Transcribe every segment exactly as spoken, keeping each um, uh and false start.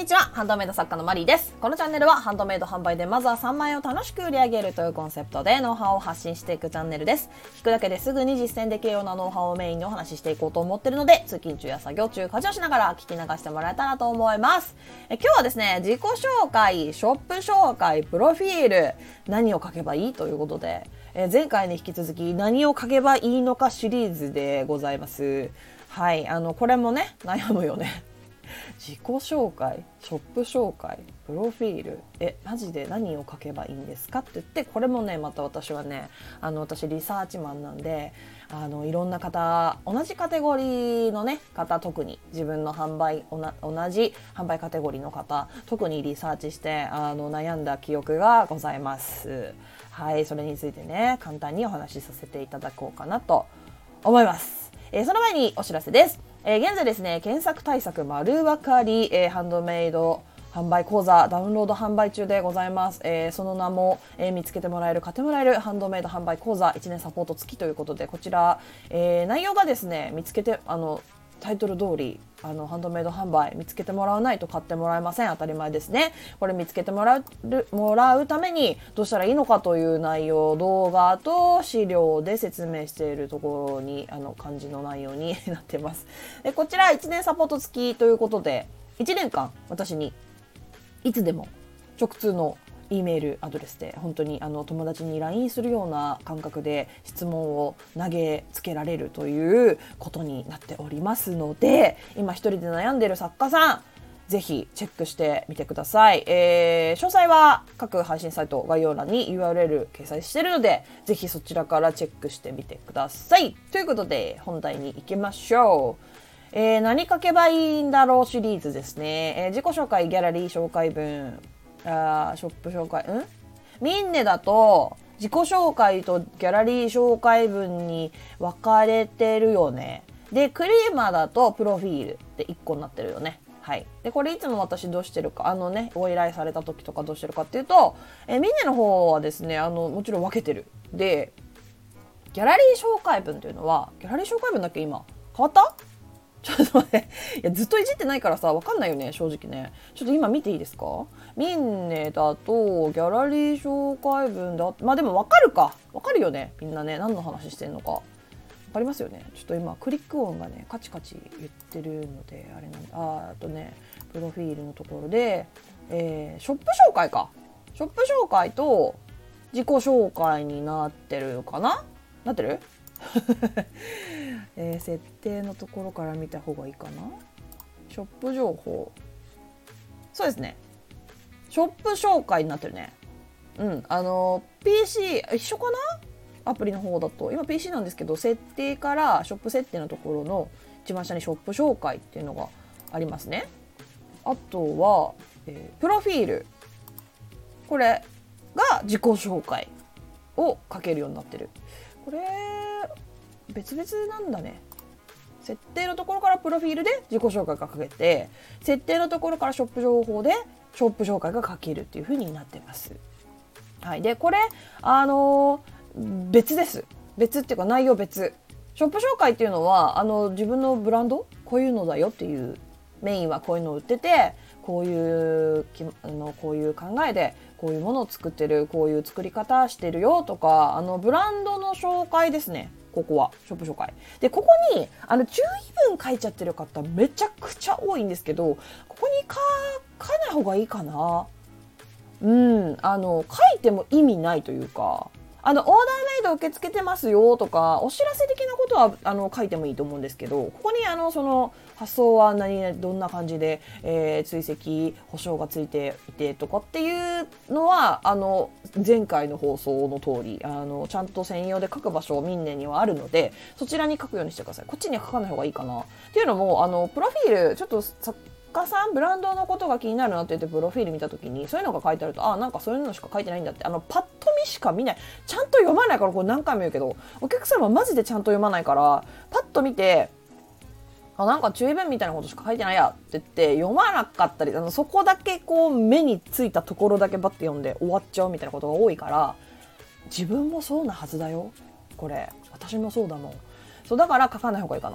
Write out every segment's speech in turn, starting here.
にちは、ハンドメイド作家のマリーです。このチャンネルはハンドメイド販売でまずはさんまんえんを楽しく売り上げるというコンセプトでノウハウを発信していくチャンネルです。聞くだけですぐに実践できるようなノウハウをメインにお話ししていこうと思っているので、通勤中や作業中、家事をしながら聞き流してもらえたらと思います。え今日はですね、自己紹介、ショップ紹介、プロフィール、何を書けばいいということで、え前回に引き続き何を書けばいいのかシリーズでございます。はい、あのこれもね、悩むよね。自己紹介、ショップ紹介、プロフィール、えマジで何を書けばいいんですかって言って、これもねまた私はね、あの私リサーチマンなんで、あのいろんな方、同じカテゴリーのね方、特に自分の販売おな同じ販売カテゴリーの方、特にリサーチしてあの悩んだ記憶がございます。はい、それについてね簡単にお話しさせていただこうかなと思います。えー、その前にお知らせです。えー、現在ですね、検索対策丸分かり、えー、ハンドメイド販売講座ダウンロード販売中でございます。えー、その名も、えー、見つけてもらえる買ってもらえるハンドメイド販売講座いちねんサポート付きということで、こちら、えー、内容がですね、見つけてあのタイトル通りあのハンドメイド販売見つけてもらわないと買ってもらえません。当たり前ですね。これ見つけてもらうもらうためにどうしたらいいのかという内容、動画と資料で説明しているところにあの漢字の内容になっています。でこちらいちねんサポート付きということで、いちねんかん私にいつでも直通のEメールアドレスで本当にあの友達に ライン するような感覚で質問を投げつけられるということになっておりますので、今一人で悩んでいる作家さん、ぜひチェックしてみてください。えー、詳細は各配信サイト概要欄に ユーアールエル 掲載しているので、ぜひそちらからチェックしてみてください。ということで本題に行きましょう。えー、何書けばいいんだろうシリーズですね。えー、自己紹介、ギャラリー紹介文、あショップ紹介、んミンネだと自己紹介とギャラリー紹介文に分かれてるよね。でクリーマーだとプロフィールでいっこになってるよね。はい。でこれいつも私どうしてるか、あのねご依頼された時とかどうしてるかっていうと、えミンネの方はですね、あのもちろん分けてる。でギャラリー紹介文というのは、ギャラリー紹介文だっけ、今変わった？ちょっと待って。いや、ずっといじってないからさ、わかんないよね、正直ね。ちょっと今見ていいですか？ミンネだと、ギャラリー紹介文だ。まあでもわかるか。わかるよね。みんなね、何の話してんのか。わかりますよね。ちょっと今、クリック音がね、カチカチ言ってるので、あれなんで、ああとね、プロフィールのところで、えー、ショップ紹介か。ショップ紹介と自己紹介になってるかな？なってる？えー、設定のところから見た方がいいかな。ショップ情報、そうですね、ショップ紹介になってるね。うんあの ピーシー 一緒かな。アプリの方だと今 ピーシー なんですけど、設定からショップ設定のところの一番下にショップ紹介っていうのがありますね。あとは、えー、プロフィール、これが自己紹介を書けるようになってる。これ別々なんだね。設定のところからプロフィールで自己紹介が書けて、設定のところからショップ情報でショップ紹介が書けるっていう風になってます。はい。でこれあのー、別です。別っていうか内容別。ショップ紹介っていうのはあの自分のブランドこういうのだよっていう、メインはこういうのを売ってて、こういうあのこういう考えでこういうものを作ってる、こういう作り方してるよとか、あのブランドの紹介ですね。ここはショップ紹介で、ここにあの注意文書いちゃってる方めちゃくちゃ多いんですけど、ここに書かない方がいいかな。うんあの書いても意味ないというか、あのオーダーメイド受け付けてますよとかお知らせ的なことはあの書いてもいいと思うんですけど、ここにあのその発送は何どんな感じで、えー、追跡保証がついていてとかっていうのはあの前回の放送の通りあのちゃんと専用で書く場所ミンネにはあるので、そちらに書くようにしてください。こっちには書かない方がいいかなっていうのも、あのプロフィールちょっと作家さんブランドのことが気になるなって言ってプロフィール見た時にそういうのが書いてあると、あなんかそういうのしか書いてないんだって、あのパッと見しか見ない、ちゃんと読まないから、これ何回も言うけどお客様マジでちゃんと読まないから、パッと見てあなんか注意文みたいなことしか書いてないやって言って読まなかったり、あのそこだけこう目についたところだけバッて読んで終わっちゃうみたいなことが多いから、自分もそうなはずだよ、これ私もそうだもん。そうだから書かない方がいいかな。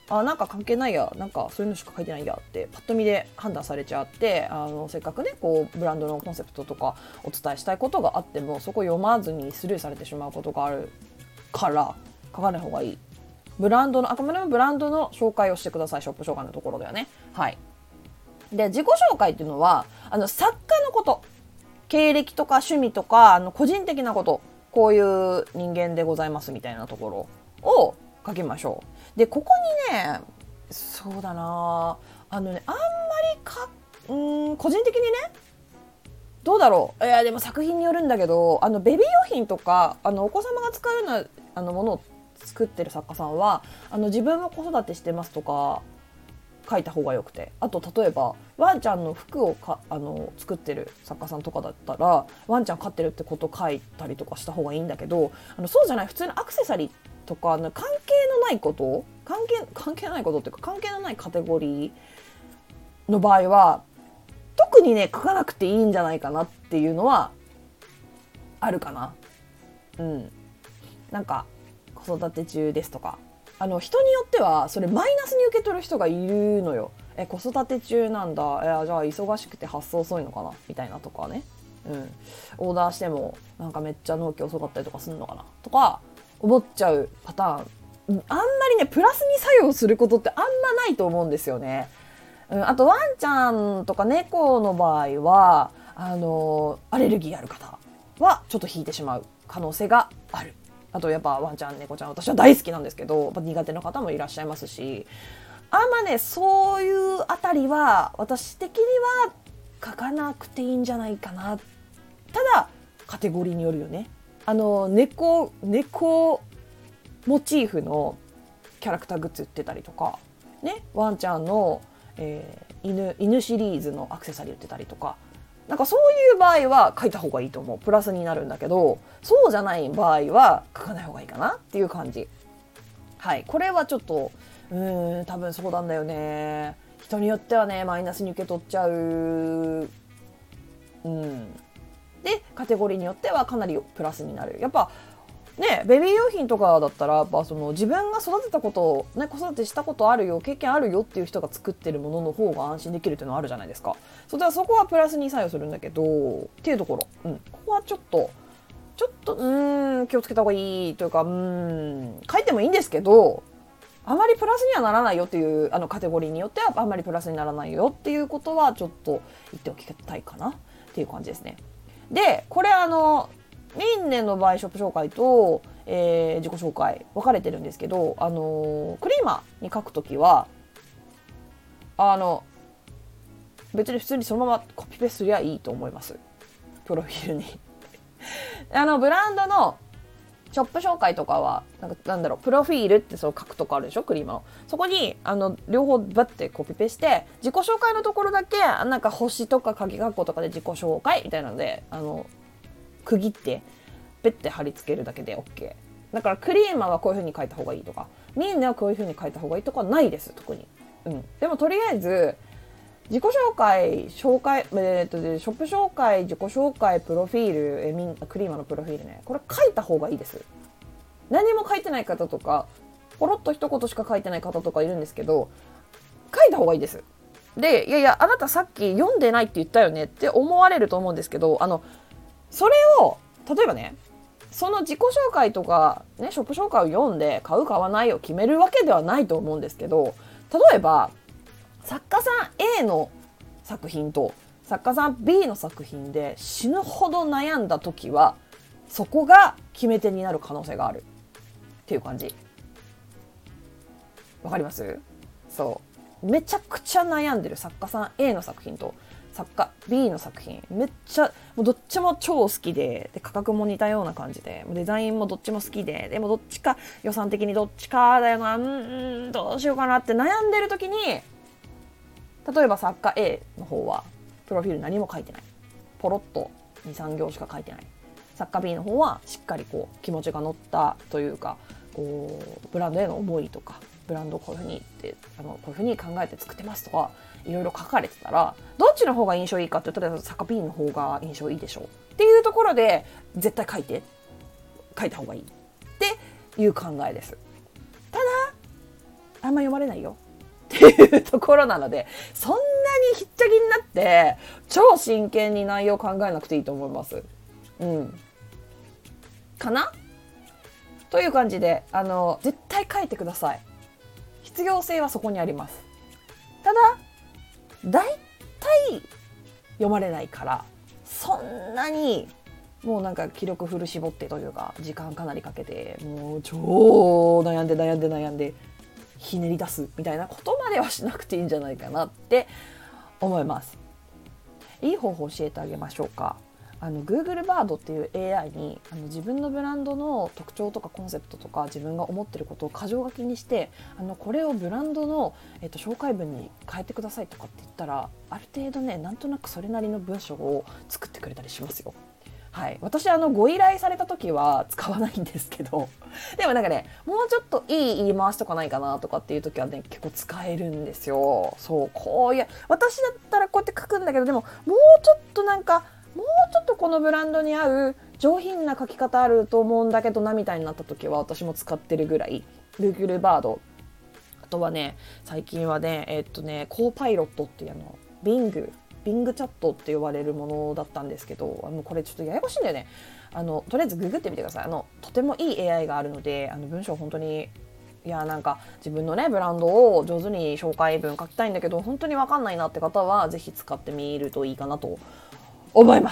あなんか関係ないや、なんかそういうのしか書いてないやってパッと見で判断されちゃって、あのせっかくねこうブランドのコンセプトとかお伝えしたいことがあってもそこ読まずにスルーされてしまうことがあるから書かない方がいい。ブランドのあくまでもブランドの紹介をしてください。ショップ紹介のところだよね。はい。で自己紹介っていうのはあの作家のこと、経歴とか趣味とかあの個人的なこと、こういう人間でございますみたいなところを書きましょう。でここにね、そうだなあのねあんまりかうーん個人的にねどうだろう、いやでも作品によるんだけど、あのベビー用品とかあのお子様が使うようなあのものを作ってる作家さんはあの自分も子育てしてますとか書いた方がよくて、あと例えばワンちゃんの服をかあの作ってる作家さんとかだったらワンちゃん飼ってるってこと書いたりとかした方がいいんだけど、あのそうじゃない普通のアクセサリーとか関係のないこと関係関係ないことっていうか関係のないカテゴリーの場合は特にね書かなくていいんじゃないかなっていうのはあるかな。うんなんか子育て中ですとか、あの人によってはそれマイナスに受け取る人がいるのよ。え子育て中なんだ、えじゃあ忙しくて発送遅いのかなみたいなとかね、うん、オーダーしてもなんかめっちゃ納期遅かったりとかするのかなとか思っちゃうパターン、あんまりねプラスに作用することってあんまないと思うんですよね。うん、あとワンちゃんとか猫の場合はあのアレルギーある方はちょっと引いてしまう可能性がある。あとやっぱワンちゃん猫ちゃん私は大好きなんですけどやっぱ苦手な方もいらっしゃいますし、あんまねそういうあたりは私的には書かなくていいんじゃないかな。ただカテゴリーによるよね。あの猫猫モチーフのキャラクターグッズ売ってたりとかね、ワンちゃんの、えー、犬犬シリーズのアクセサリー売ってたりとか、なんかそういう場合は書いた方がいいと思う。プラスになるんだけど、そうじゃない場合は書かない方がいいかなっていう感じ。はい、これはちょっとうーん多分そうなんだよね。人によってはねマイナスに受け取っちゃう。うんでカテゴリーによってはかなりプラスになる。やっぱねベビー用品とかだったらやっぱその自分が育てたことを、ね、子育てしたことあるよ経験あるよっていう人が作ってるものの方が安心できるっていうのはあるじゃないですか。それはそこはプラスに作用するんだけどっていうところ、うん、ここはちょっとちょっとうーん気をつけた方がいいというか、うーん書いてもいいんですけどあまりプラスにはならないよっていうあのカテゴリーによってはあんまりプラスにならないよっていうことはちょっと言っておきたいかなっていう感じですね。でこれあのミンネの場合ショップ紹介と、えー、自己紹介分かれてるんですけど、あのー、クリーマーに書くときはあの別に普通にそのままコピペすりゃいいと思います。プロフィールにあのブランドのショップ紹介とかはなんかなんだろうプロフィールってその書くとこあるでしょクリーマーの。そこにあの両方バッてコピペして自己紹介のところだけなんか星とか鍵括弧とかで自己紹介みたいなのであの区切ってペッて貼り付けるだけで OK。 だからクリーマーはこういう風に書いた方がいいとかミンネはこういう風に書いた方がいいとかないです特に、うん、でもとりあえず自己紹介紹介、えー、っとショップ紹介自己紹介プロフィール、えミンクリーマーのプロフィールねこれ書いた方がいいです。何も書いてない方とかポロッと一言しか書いてない方とかいるんですけど書いた方がいいです。でいやいやあなたさっき読んでないって言ったよねって思われると思うんですけど、あのそれを例えばねその自己紹介とか、ね、ショップ紹介を読んで買う買わないを決めるわけではないと思うんですけど、例えば作家さん A の作品と作家さん B の作品で死ぬほど悩んだ時はそこが決め手になる可能性があるっていう感じ。わかります？そうめちゃくちゃ悩んでる作家さん A の作品と作家 B の作品めっちゃもうどっちも超好き で, で価格も似たような感じでデザインもどっちも好きででもどっちか予算的にどっちかだよな、うんどうしようかなって悩んでる時に例えば作家 A の方はプロフィール何も書いてないポロッと にさん 行しか書いてない。作家 B の方はしっかりこう気持ちが乗ったというかこうブランドへの思いとかブランドをこういうふうにってあのこういうふうに考えて作ってますとかいろいろ書かれてたらどっちの方が印象いいかって言ったら作家 B の方が印象いいでしょうっていうところで絶対書いて書いた方がいいっていう考えです。ただあんま読まれないよっていうところなので、そんなにひっちゃきになって超真剣に内容を考えなくていいと思います。うんかなという感じで、あの絶対書いてください。必要性はそこにあります。ただだいたい読まれないから、そんなにもうなんか気力フル絞ってというか、時間かなりかけてもう超悩んで悩んで悩んでひねり出すみたいなことまではしなくていいんじゃないかなって思います。いい方法教えてあげましょうか。あの Google バードっていう エーアイ にあの自分のブランドの特徴とかコンセプトとか自分が思ってることを箇条書きにして、あのこれをブランドの、えっと、紹介文に変えてくださいとかって言ったら、ある程度ね、なんとなくそれなりの文章を作ってくれたりしますよ。はい、私あのご依頼された時は使わないんですけど、でもなんかね、もうちょっといい言い回しとかないかなとかっていう時はね、結構使えるんですよ。そう、こういう私だったらこうやって書くんだけど、でももうちょっとなんかもうちょっとこのブランドに合う上品な書き方あると思うんだけどなみたいになった時は、私も使ってるぐらい Google バード。あとはね、最近はねえー、っとねコーパイロットっていうあの Bing Bing チャットって呼ばれるものだったんですけど、あのこれちょっとややこしいんだよね。あのとりあえずググってみてください。あのとてもいい エーアイ があるので、あの文章本当に、いやなんか自分のねブランドを上手に紹介文書きたいんだけど本当に分かんないなって方はぜひ使ってみるといいかなと思います。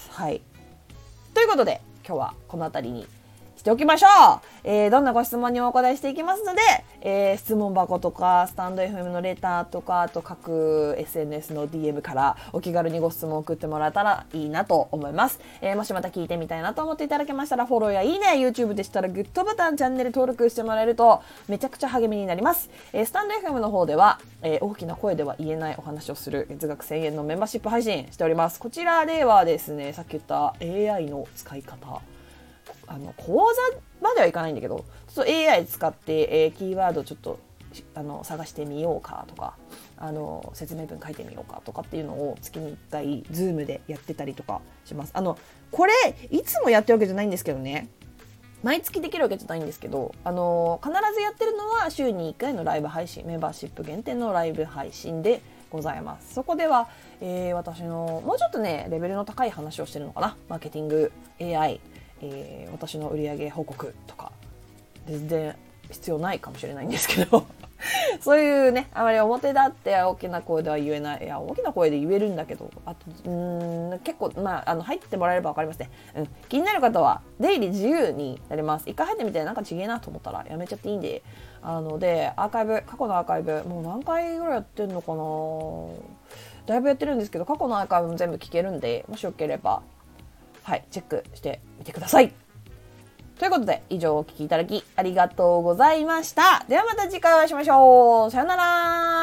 はい。ということで今日はこの辺りにしておきましょう。えー、どんなご質問にもお答えしていきますので、えー、質問箱とかスタンド エフエム のレターとか、あと各 エスエヌエス の ディーエム からお気軽にご質問を送ってもらえたらいいなと思います。えー、もしまた聞いてみたいなと思っていただけましたらフォローやいいね、 YouTube でしたらグッドボタン、チャンネル登録してもらえるとめちゃくちゃ励みになります。えー、スタンド エフエム の方では、えー、大きな声では言えないお話をする月額せんえんのメンバーシップ配信しております。こちらではですね、さっき言った エーアイ の使い方、あの講座まではいかないんだけど、ちょっと エーアイ 使って、えー、キーワードちょっとあの探してみようかとか、あの説明文書いてみようかとかっていうのを月にいっかい Zoom でやってたりとかします。あのこれいつもやってるわけじゃないんですけどね、毎月できるわけじゃないんですけど、あの必ずやってるのは週にいっかいのライブ配信、メンバーシップ限定のライブ配信でございます。そこでは、えー、私のもうちょっとねレベルの高い話をしてるのかな、マーケティング、 エーアイ、えー、私の売上報告とか全然必要ないかもしれないんですけどそういうね、あまり表立って大きな声では言えない、いや大きな声で言えるんだけど、あとうーん結構、まあ、あの入ってもらえれば分かりますね、うん、気になる方は出入り自由になります。一回入ってみてなんかちげえなと思ったらやめちゃっていいんで、あのでアーカイブ、過去のアーカイブもう何回ぐらいやってんのかな、だいぶやってるんですけど、過去のアーカイブも全部聞けるんで、もしよければはいチェックしてみてください。ということで以上お聞きいただきありがとうございました。ではまた次回お会いしましょう。さよなら。